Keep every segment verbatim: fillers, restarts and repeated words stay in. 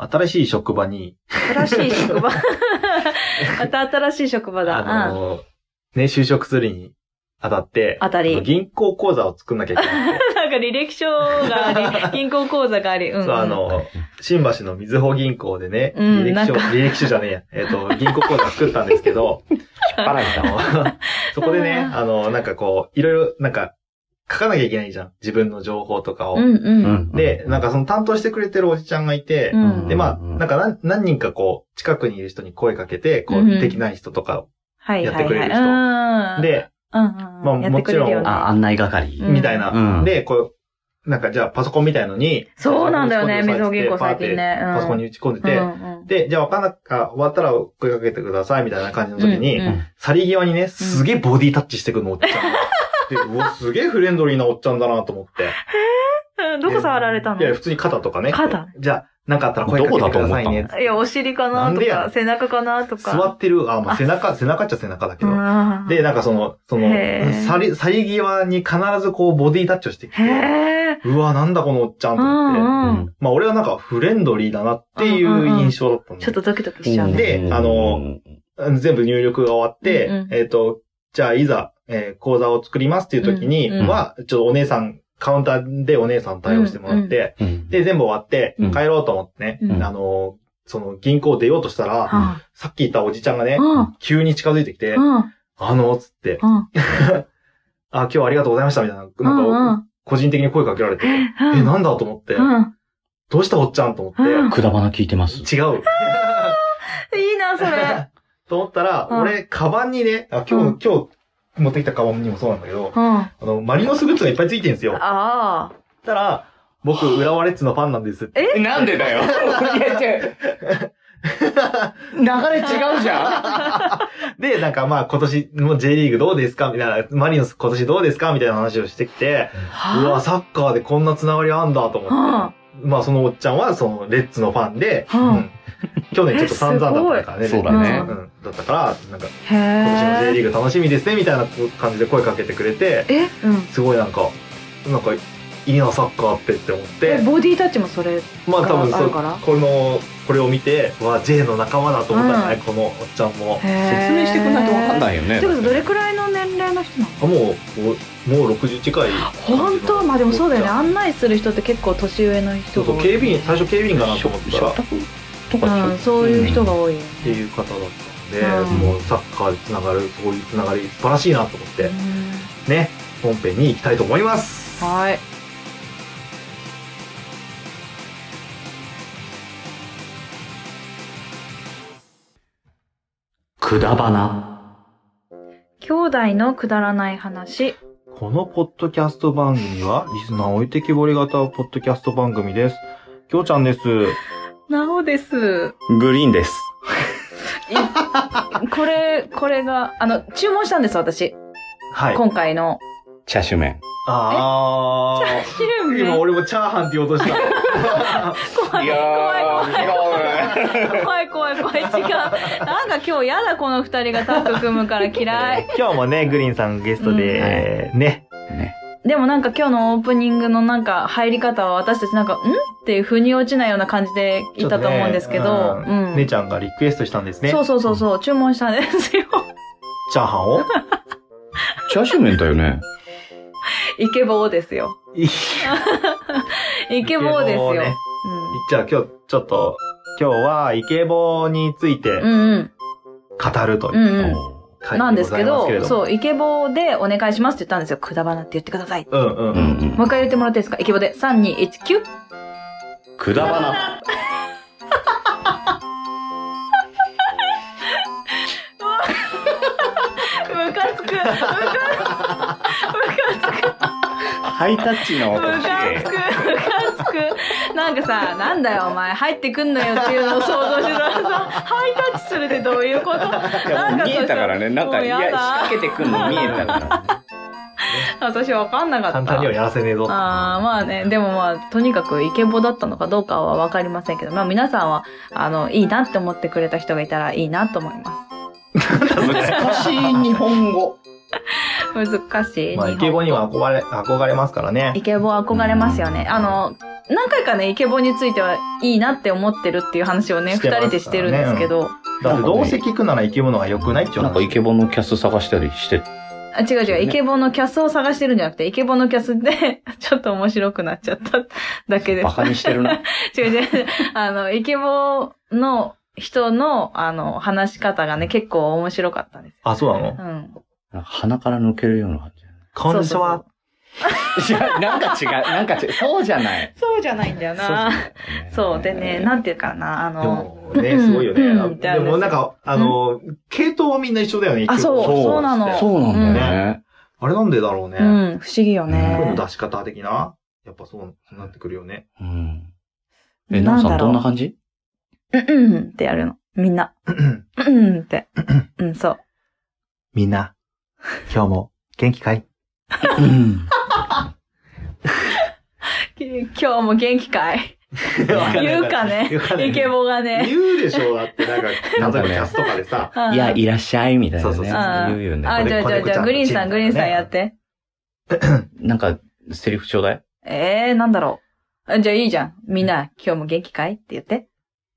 新しい職場に。 新しい職場また新しい職場だ。 あのー、ね、就職するにあたって、 あたり。 銀行口座を作んなきゃいけない。 なんか履歴書があり、銀行口座があり、うんうん、 そう、あの、新橋のみずほ銀行でね、うん、履歴書、履歴書じゃねえや、えっ、ー、と、銀行口座作ったんですけど、 引っ張られたそこでね、あの、なんかこう、いろいろ、なんか、書かなきゃいけないじゃん。自分の情報とかを。 うんうん、 で、なんかその担当してくれてるおじちゃんがいて、うん、で、まあ、なんか何何人かこう、近くにいる人に声かけて、こう、うん、できない人とかをやってくれる人。はいはいはい、で、 うんうん、 まあもちろん、 あ、案内係。 みたいな。うん、で、こう、なんかじゃあパソコンみたいのに。 そうなんだよね、みずほ銀行最近ね。 パソコンに打ち込んでて、うんうん、で、じゃあわかんなか、終わったら声かけてくださいみたいな感じの時に、うんうん、去り際にね、すげえボディタッチしてくるのおっちゃんが。で、うわ、すげえフレンドリーなおっちゃんだなと思って。 へぇー。どこ触られたの？ いや、普通に肩とかね。 肩？ じゃあ、なんかあったら声かけてくださいね。 いや、お尻かなとか、背中かなとか。 座ってる、あ、まあ、背中、背中っちゃ背中だけど。で、なんかその、その、去り、去り際に必ずこう、ボディタッチをしてきて、うわ、なんだこのおっちゃんと思って。うんうん、まあ、俺はなんかフレンドリーだなっていう印象だったんで。 ちょっとドキドキしちゃうね。 で、あの、全部入力が終わって、うんうん、えっと、じゃあいざ、えー、講座を作りますっていう時には、うんうん、ちょっとお姉さん、カウンターでお姉さん対応してもらって、うんうん、で、全部終わって、帰ろうと思ってね、うん、あの、その銀行出ようとしたら、うん、さっき言ったおじちゃんがね、うん、急に近づいてきて、うん、あの、つって、うん、あ、今日はありがとうございました、みたいな、なんか、うん、個人的に声かけられて、うん、え、なんだと思って、うん、どうしたおっちゃんと思って、うん、 くだばな聞いてます。 違う。 いいな、それ。 と思ったら、うん、俺、カバンにね、あ、今日、うん、今日、持ってきたカバンにもそうなんだけど、うん、あの、マリノスグッズがいっぱいついてるんですよ。 ああ。 たら、僕、浦和レッズのファンなんですって。 えなんでだよ。いや、違う。流れ違うじゃん。で、なんかまあ今年の J リーグどうですかみたいな、マリノス今年どうですかみたいな話をしてきて、うわ、サッカーでこんなつながりあんだと思って。はあ、まあそのおっちゃんはそのレッズのファンで、はあ、うん、去年ちょっと散々だったからね。 そうだね。 うん。だったから、なんか、今年の J リーグ楽しみですね、みたいな感じで声かけてくれて、 えうん。 すごいなんか、なんか、いいな、サッカーってって思って。 ボディタッチもそれまあ多分そう、この、これを見て、わ、J の仲間だと思ったんじゃない、うん、このおっちゃんも。 説明してくんないとわかんないよね。 ってことどれくらいの年齢の人なの？ もう、もうろくじゅう近い。 本当？まあでもそうだよね。案内する人って結構年上の人が多い。 そうそう、警備員、最初警備員かなと思ったら。 とか、うん、そういう人が多い、ね、 っていう方だったので、うん、もうサッカーでつながるそういうつながり素晴らしいなと思って、うん、ね本編に行きたいと思います。 はい。 くだばな。 兄弟のくだらない話。 このポッドキャスト番組はリスナー置いてきぼり型ポッドキャスト番組です。きょうちゃんです。 なおです。 グリーンです。 これ、これが、あの、注文したんです、私。 はい。 今回の。 チャーシュー麺。 ああ。チャーシュー麺。 今俺もチャーハンって言おうとした。 怖い、怖い、怖い。怖い、怖い、怖い、違う。なんか今日やだ、この二人がタッグ組むから嫌い。 今日もね、グリーンさんゲストで、うん、ね。ね。 でもなんか今日のオープニングのなんか入り方は私たちなんか、んっていう風に落ちないような感じでいたと思うんですけど、 ね、うん。姉ちゃんがリクエストしたんですね。 そうそうそうそう、注文したんですよ。 チャーハンをチャーシュー麺だよね。 イケボーですよ。イケボーですよ。ね、うん、 じゃあ今日ちょっと、今日はイケボーについて語るという。うんうんなんですけど、そう、イケボでお願いしますって言ったんですよ。くだばなって言ってください。 うんうんうん。 もう一回言ってもらっていいですか？イケボで。さん、に、いち、きゅう。 くだばな。 ムカつく。ムカつく。 ハイタッチの音ムカつく。ムカつく。なんかさ、なんだよお前、入ってくんなよっていうのを想像してたらさ、ハイタッチするってどういうこと？ なんか見えたからね、なんか、いや、仕掛けてくんの見えたから。 私分かんなかった。 簡単にはやらせねえぞ。 ああ、まあね、でもまあ、とにかくイケボだったのかどうかは分かりませんけど、まあ皆さんは、あの、いいなって思ってくれた人がいたらいいなと思います。 難しい日本語。 難しい。 まあ、イケボには憧れ、憧れますからね。 イケボ憧れますよね。あの、何回かね、イケボについてはいいなって思ってるっていう話をね、二人でしてるんですけど。 だってどうせ聞くならイケボのが良くないっていうなんかイケボのキャス探したりして。 あ、違う違う、イケボのキャスを探してるんじゃなくて、イケボのキャスで、ちょっと面白くなっちゃっただけです。 バカにしてるな。 違う違う、あの、イケボの人の、あの、話し方がね、結構面白かったんです。 あ、そうなの？ うん。 鼻から抜けるような感じ。 こんにちは。 いや、なんか違う、なんか違う、そうじゃない。 そうじゃないんだよな。そう、でね、なんていうかな、あの、 でもね、すごいよね。でもなんか、あの、系統はみんな一緒だよね。 あ、そう、そうなの。 そうなんだよね。 あれなんでだろうね。 うん、不思議よね。 声の出し方的なやっぱそうなってくるよね。 うん。え、なおさんどんな感じ？ うんうんってやるの。みんな。うんうんって。うん、そう。 みんな、今日も元気かい？ うん。 今日も元気かい言うかね。イケボがね。 言うでしょだってなんか、例えばキャスとかでさ。 いや、いらっしゃいみたいなね。そうそうそう。言うよね。 あ、じゃあじゃあじゃあ、グリーンさん、グリーンさんやって。 なんか、セリフちょうだい。 えー、なんだろう。じゃあいいじゃん。みんな、今日も元気かいって言って。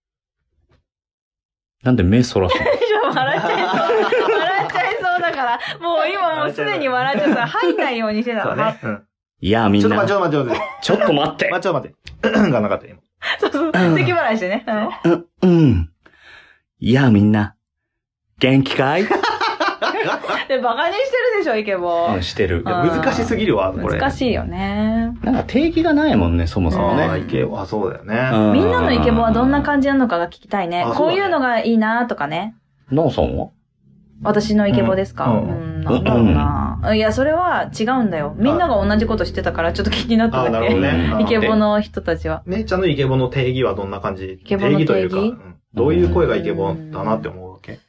なんで目そらすの？ 笑っちゃいそう。笑っちゃいそうだから、もう今もうすでに笑っちゃさ、入んないようにしてたの。 ね。うん。 いや、みんな。 ちょっと待って、 ちょっと待って。 ちょっと待って。ちょっと待って。がなかった今。 そうそう。咳払いしてね。 うん。うん。いや、みんな。元気かい？ で、バカにしてるでしょ、イケボ。 うん、してる。 難しすぎるわ、これ。 難しいよね。 なんか定義がないもんね、そもそもね。 あ、イケボ、あ、そうだよね。 みんなのイケボはどんな感じなのかが聞きたいね。こういうのがいいなとかね。 なおさんは？ 私のイケボですか？うん、なんだろうな。いや、それは違うんだよ。みんなが同じことしてたからちょっと気になっただけ。なるほどね。イケボの人たちは。 姉ちゃんのイケボの定義はどんな感じ？ イケボの定義というか、 どういう声がイケボだなって思うわけ？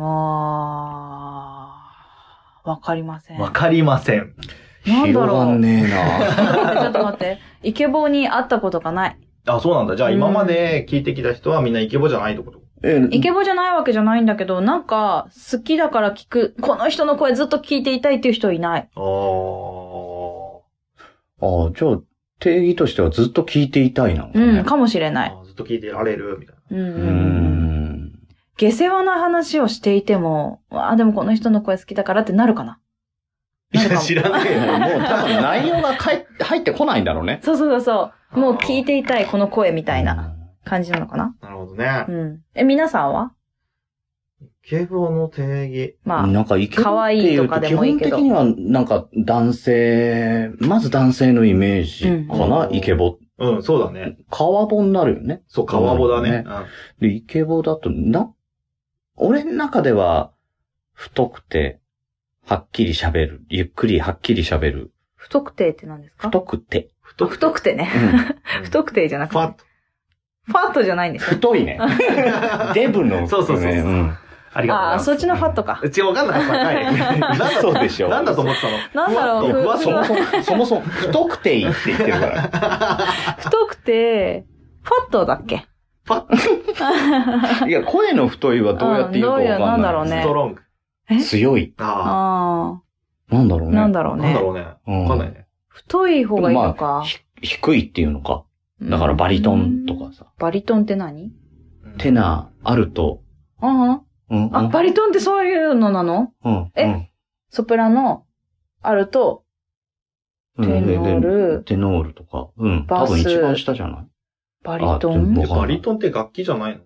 あー、わかりません。 わかりません。 なんだろう。 広がんねえな。 ちょっと待って。イケボに会ったことがない。 あ、そうなんだ。じゃあ今まで聞いてきた人はみんなイケボじゃないってこと？ イケボじゃないわけじゃないんだけど、なんか、好きだから聞く、この人の声ずっと聞いていたいっていう人いない。 ああ。 ああ、じゃあ、定義としてはずっと聞いていたいなのかね。 うん、かもしれない。 ずっと聞いてられる、みたいな。 うんうんうん。下世話な話をしていても、あ、でもこの人の声好きだからってなるかな。 いや、知らないよ。 もう多分内容が入ってこないんだろうね。 そうそうそうそう。もう聞いていたい、この声みたいな感じなのかな。 なるほどね。 うん。え、皆さんは？ イケボの定義。 まあ、なんかイケボっていうと基本的にはなんか男性、まず男性のイメージかな、うん、イケボ。 うん、そうだね。 川ボになるよね。 そう、川ボだね。うん、 で、イケボだと、な、俺の中では、太くて、はっきり喋る。ゆっくりはっきり喋る。 太くてって何ですか？ 太くて。 太くて。太くてね。うん、太くてじゃなくて。 ファット。 ファットじゃないんですよ。 太いね。デブの、ね。 そうそうそうそう。うんありがとうございます。ああ、そっちのファットか。 違う、わかんなかった。はい。なんだそうでしょ。 なんだと思ってたの？なんだろう。 ふわそもそも、そもそも、太くていいって言ってるから。 太くて、ファットだっけ？ ファットいや、声の太いはどうやって言うかわかんない。 うん、なんだろうね。 ストロング。 強い。 ああ。なんだろうね。 なんだろうね。 なんだろうね。わかんないね。 太い方がいいのか。まあ、 低いっていうのか。だからバリトンとかさ。 バリトンって何？ テナー、アルト。 うんうん、あ、バリトンってそういうのなの？ うん。 え、うん、ソプラノ、アルト、テノール、 テノールとか。うん。多分一番下じゃない？ バリトン？ バリトンって楽器じゃないの？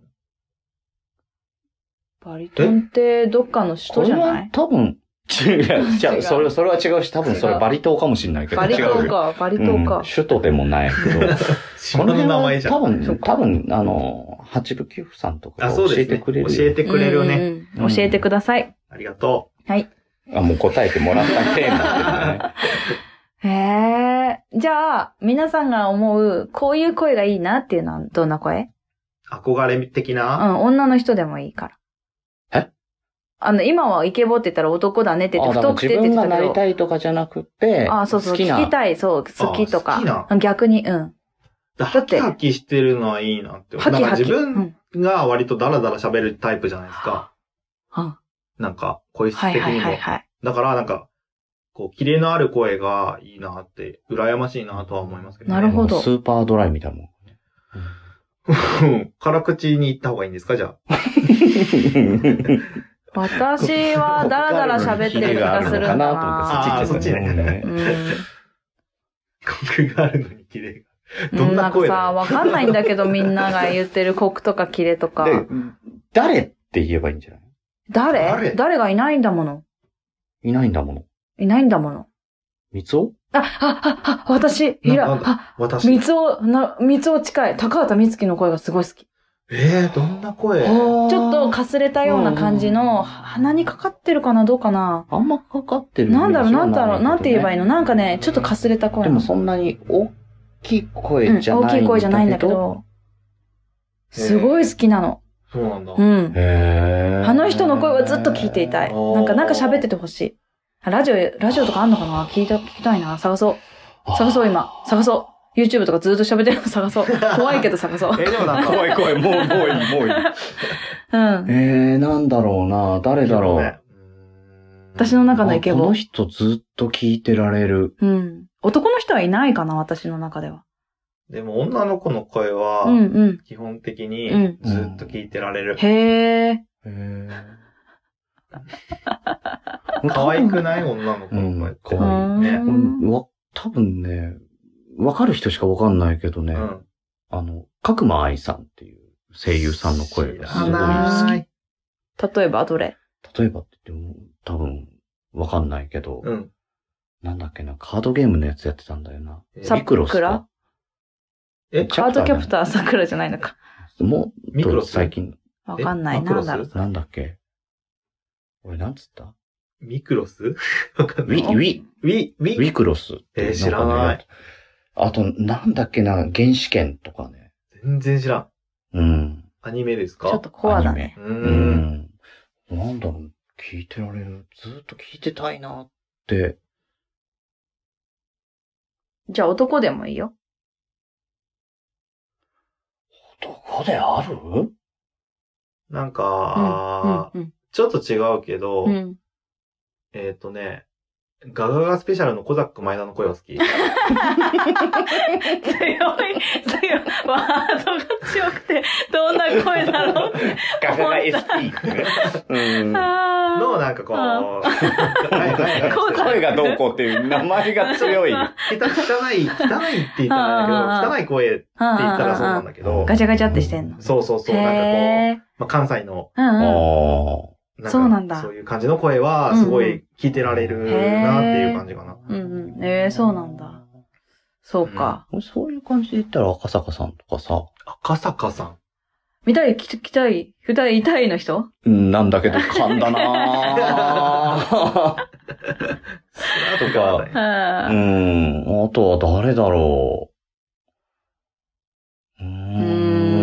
バリトンってどっかの首都じゃない？ 多分、違う。じゃあ、それ、それは違うし、多分それバリ島かもしれないけど。 バリ島か、バリ島か、 うん。首都でもないけど。 この名前じゃん。 多分、多分、あの、八部九夫さんとか教えてくれる、 ね。教えてくれるね、 うんうん。教えてください。 ありがとう。はい。 あ、もう答えてもらったテーマってね。へえ。じゃあ、皆さんが思う、こういう声がいいなっていうのはどんな声？ 憧れ的な？ うん、女の人でもいいから。 え？ あの、今はイケボって言ったら男だねって言って、太くてって言ってたけど。 自分がなりたいとかじゃなくて、 あ、そうそう、聞きたい、そう、好きとか。好きな逆に、うん。 だハキハキしてるのはいいなって思う。なんか自分が割とダラダラ喋るタイプじゃないですか。 うん。 なんか、声質的にも。 はいはいはいはい。 だからなんか、 こう、キレのある声がいいなって、羨ましいなとは思いますけどね。 なるほど。 スーパードライみたいなもん。 辛口に行った方がいいんですか、じゃあ。 私はダラダラ喋ってる気がするんだな。 ああ、そっちね。うん。コクがあるのにキレが。どんな声だ、 なんかさ、わかんないんだけど、みんなが言ってるコクとかキレとか。 で、誰って言えばいいんじゃない？ 誰？誰誰がいないんだもの。 いないんだもの。 いないんだもの。 みつお？ あ、あ、あ、私、いら、あ、 私。 みつお、な、みつお近い。高畑充希の声がすごい好き。 ええー、どんな声？ ちょっとかすれたような感じの、鼻にかかってるかなどうかなあんまかかってる、 なんだろう、なんだろう、なんて言えばいいの？なんかね、ちょっとかすれた声。 でもそんなに大きい声じゃないんだけど。うん、大きい声じゃないんだけど、 すごい好きなの。 そうなんだ。 うん。 へー。 あの人の声はずっと聞いていたい。なんか、なんか喋っててほしい。ラジオ、ラジオとかあんのかな？聞いた、聞きたいな。探そう。探そう今。探そう。YouTube とかずっと喋ってるの探そう。怖いけど探そう。 えー、でもなんか。 怖い怖い。もう、もういい、もういい。うん。えー、なんだろうな。誰だろう。 私の中のイケボ。 この人ずっと聞いてられる。 うん。男の人はいないかな、私の中では。 でも女の子の声は、 うんうん。 基本的にずっと聞いてられる。 へー。 へー。 可愛くない女の子の声って。可愛いね。 わ、多分ね、わかる人しかわかんないけどね、うん、あの、角間愛さんっていう声優さんの声がすごい好き。例えばどれ？ 例えばって言っても多分わかんないけど、 うん、 なんだっけな、カードゲームのやつやってたんだよな。 サクロスか。え、カードキャプターさくらじゃないのか。 もう、ミクロス最近。 わかんない。なんだろう。 なんだっけ。俺なんつった？ ミクロスわかんない。ウィ、ウィ、 ウィ、ウィ、 ウィクロス。 えー、知らない。 あと、なんだっけな、原始圏とかね。 全然知らん。 うん。 アニメですか？ ちょっとコアだね。 うん。 なんだろう、聞いてられる。ずっと聞いてたいなって。 じゃあ男でもいいよ。 男である？ なんか、うんうんうん、ちょっと違うけど、 うん、 えっとね、ガガガスペシャルのコザック前田の声は好き。強い、 強い。ワードが強くて、どんな声だろうって。 ガガガ エスピー ってね。うん。 の、なんかこう、 声がどうこうっていう名前が強い。 汚い、汚いって言ったらいいけど、汚い声って言ったらそうなんだけど。 ガチャガチャってしてんの。 そうそうそう。なんかこう、まあ、関西の、 うんうんそうなんだ。 そういう感じの声は、すごい聞いてられるなっていう感じかな。 うんうん。ええ、そうなんだ。そうか。 そういう感じで言ったら赤坂さんとかさ。 赤坂さん見たい、聞きたい、二人痛いの人？ なんだけど、噛んだなぁ。とか、うん。あとは誰だろう。うん。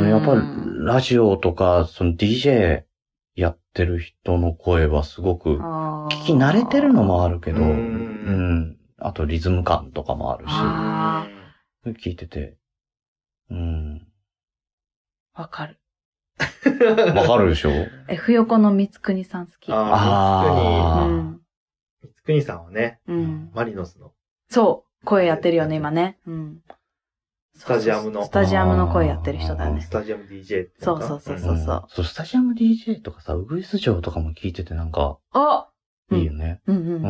やっぱり、ラジオとか、その ディージェー、やってる人の声はすごく聞き慣れてるのもあるけど、うん、あとリズム感とかもあるし、あ聞いてて、うん。 わかる。 わかるでしょ？ え、ふよこの三つくにさん好き。 ああ、三つくにさんはね、 うん、 マリノスの。 そう、声やってるよね、今ね。うん。 スタジアムの。 スタジアムの声やってる人だね。 スタジアム ディージェー って。 そうそうそうそう。うん、 そう、スタジアム ディージェー とかさ、ウグイス城とかも聞いててなんか、 あいいよね。 うんうん。うん。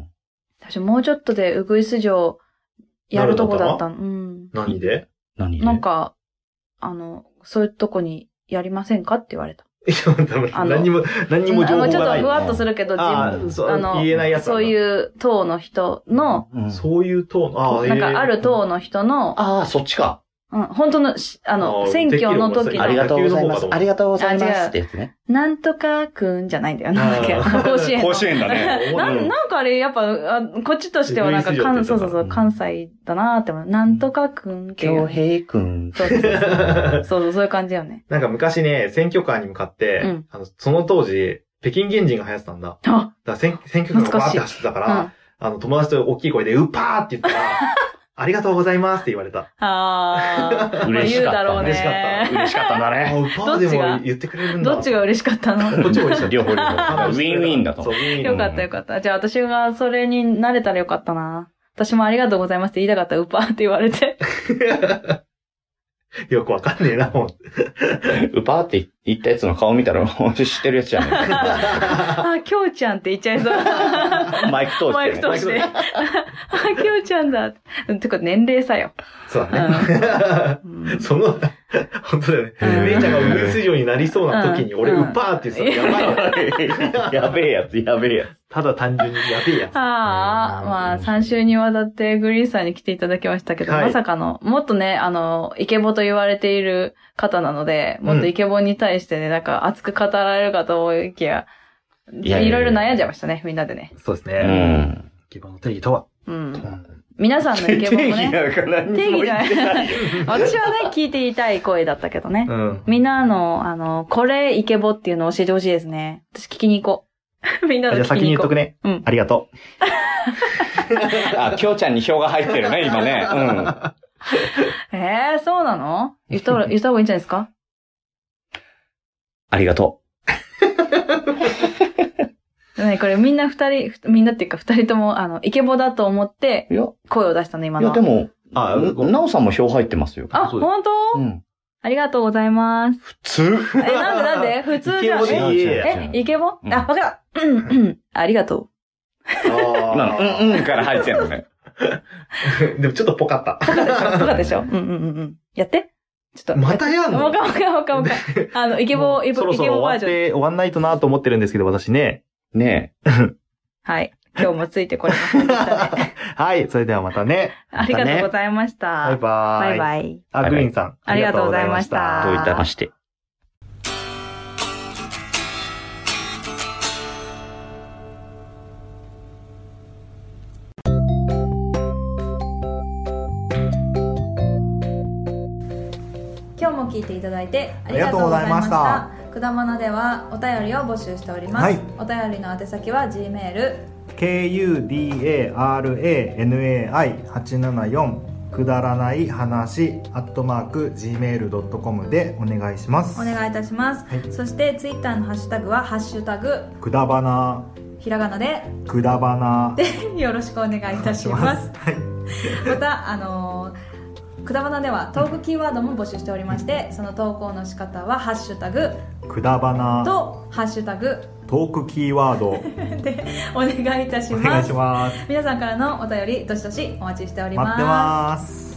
私もうちょっとでウグイス城やるとこだったの。うん。 何で？ 何で？ なんか、あの、そういうとこにやりませんかって言われた。 いや、何にも、何にも情報がない。 ちょっとふわっとするけど、 あの、言えないやつそういう党の人の、 そういう党の、 あなんかある党の人の、 ああ、そっちか。 うん、本当の、あの、選挙の時の。 ありがとうございます。ありがとうございますってやつね。 なんとかくんじゃないんだよ。なんだっけ。甲子園。 甲子園だね。 な, なんかあれ、やっぱ、あこっちとしてはなんか、関そうそうそう、関西だなーって思う。なんとかくんっていう。 京平くん。 そうそうそう。そうそう、そういう感じよね。 なんか昔ね、選挙カーに向かって、うん、あのその当時、北京原人が流行ってたんだ。あだから選選挙カーがバーって走ってたから、うん、あの、友達と大きい声で、うっぱーって言ったら、 ありがとうございますって言われた。 ああ、 嬉しかった。 言うだろうね。 嬉しかった。嬉しかったんだね。 あ、ウパーでも言ってくれるんだ。 どっちが嬉しかったの？ こっちも嬉しかった。 両方両方。ウィンウィンだと。 よかったよかった。じゃあ私がそれに慣れたらよかったな。私もありがとうございますって言いたかった。ウパーって言われて。 よくわかんねえな、もう。 ウパーって言ったやつの顔見たら、もう知ってるやつじゃねえ。 あ、きょうちゃんって言っちゃいそう。 マイク通して、ね。 マイク通して。あ、きょうちゃんだ。てか年齢さよ。 そうだね。うん、その、本当だよね。めい、うん、ちゃんがウグイス嬢になりそうな時に、俺、ウパーって言ったらやばいやべえやつ、やべえやつ。 ただ単純にやべえやつ。 ああ、まあ、さん週にわたってグリーンさんに来ていただきましたけど、はい、まさかの、もっとね、あの、イケボと言われている方なので、もっとイケボに対してね、なんか熱く語られるかと思いきや、いやいろいろ悩んじゃいましたね、みんなでね。 そうですね。うん。イケボの定義とは。 うん。皆さんのイケボもね。定義定義じゃない。私はね、聞いていたい声だったけどね。うん。みんなの、あの、これイケボっていうのを教えてほしいですね。私聞きに行こう。みんなの聞きに行こう。じゃあ先に言っとくね。うん。ありがとう。あ、きょうちゃんに票が入ってるね、今ね。うん。 えー、そうなの？言ったら、言った方がいいんじゃないですか？ ありがとう。 ね、これみんな二人、みんなっていうか二人とも、あの、イケボだと思って、声を出したの、今の。 いや、でも、あ、なおさんも票入ってますよ。 あ、本当？うん。ありがとうございます。 普通？ え、なんでなんで普通じゃん。え、イケボ？あ、わかった。うん、うん。ありがとう。 ああ。うん、うんから入ってんのね。 でもちょっとぽかった。 ぽかったでしょぽかったでしょうんうんうんうん。やって。ちょっと。 またやんの？ わかんわかんわかんわかん。あの、イケボ、イケボバージョン。 そろそろ終わって、終わんないとなと思ってるんですけど、私ね。 ねえ。はい。今日もついてこれませんでしたね。 はい。それではまたね。 ありがとうございました。 バイバイ。 バイバイ。 あ、グリーンさん。 ありがとうございました。 どういたまして。 今日も聞いていただいてありがとうございました。くだまなではお便りを募集しております。はい、お便りの宛先は G メールケーユーディーエーアールエーエヌエーアイはちななよん くだらない話アットマーク ジーメールドットコム でお願いします。 お願いいたします。はい、そしてツイッターのハッシュタグはハッシュタグくだばなひらがなでくだばなでよろしくお願いいたします。はい、またあのーくだばなではトークキーワードも募集しておりまして、その投稿の仕方はハッシュタグくだばなとハッシュタグトークキーワードでお願いいたします。 お願いします。 皆さんからのお便りどしどしお待ちしております。 待ってます。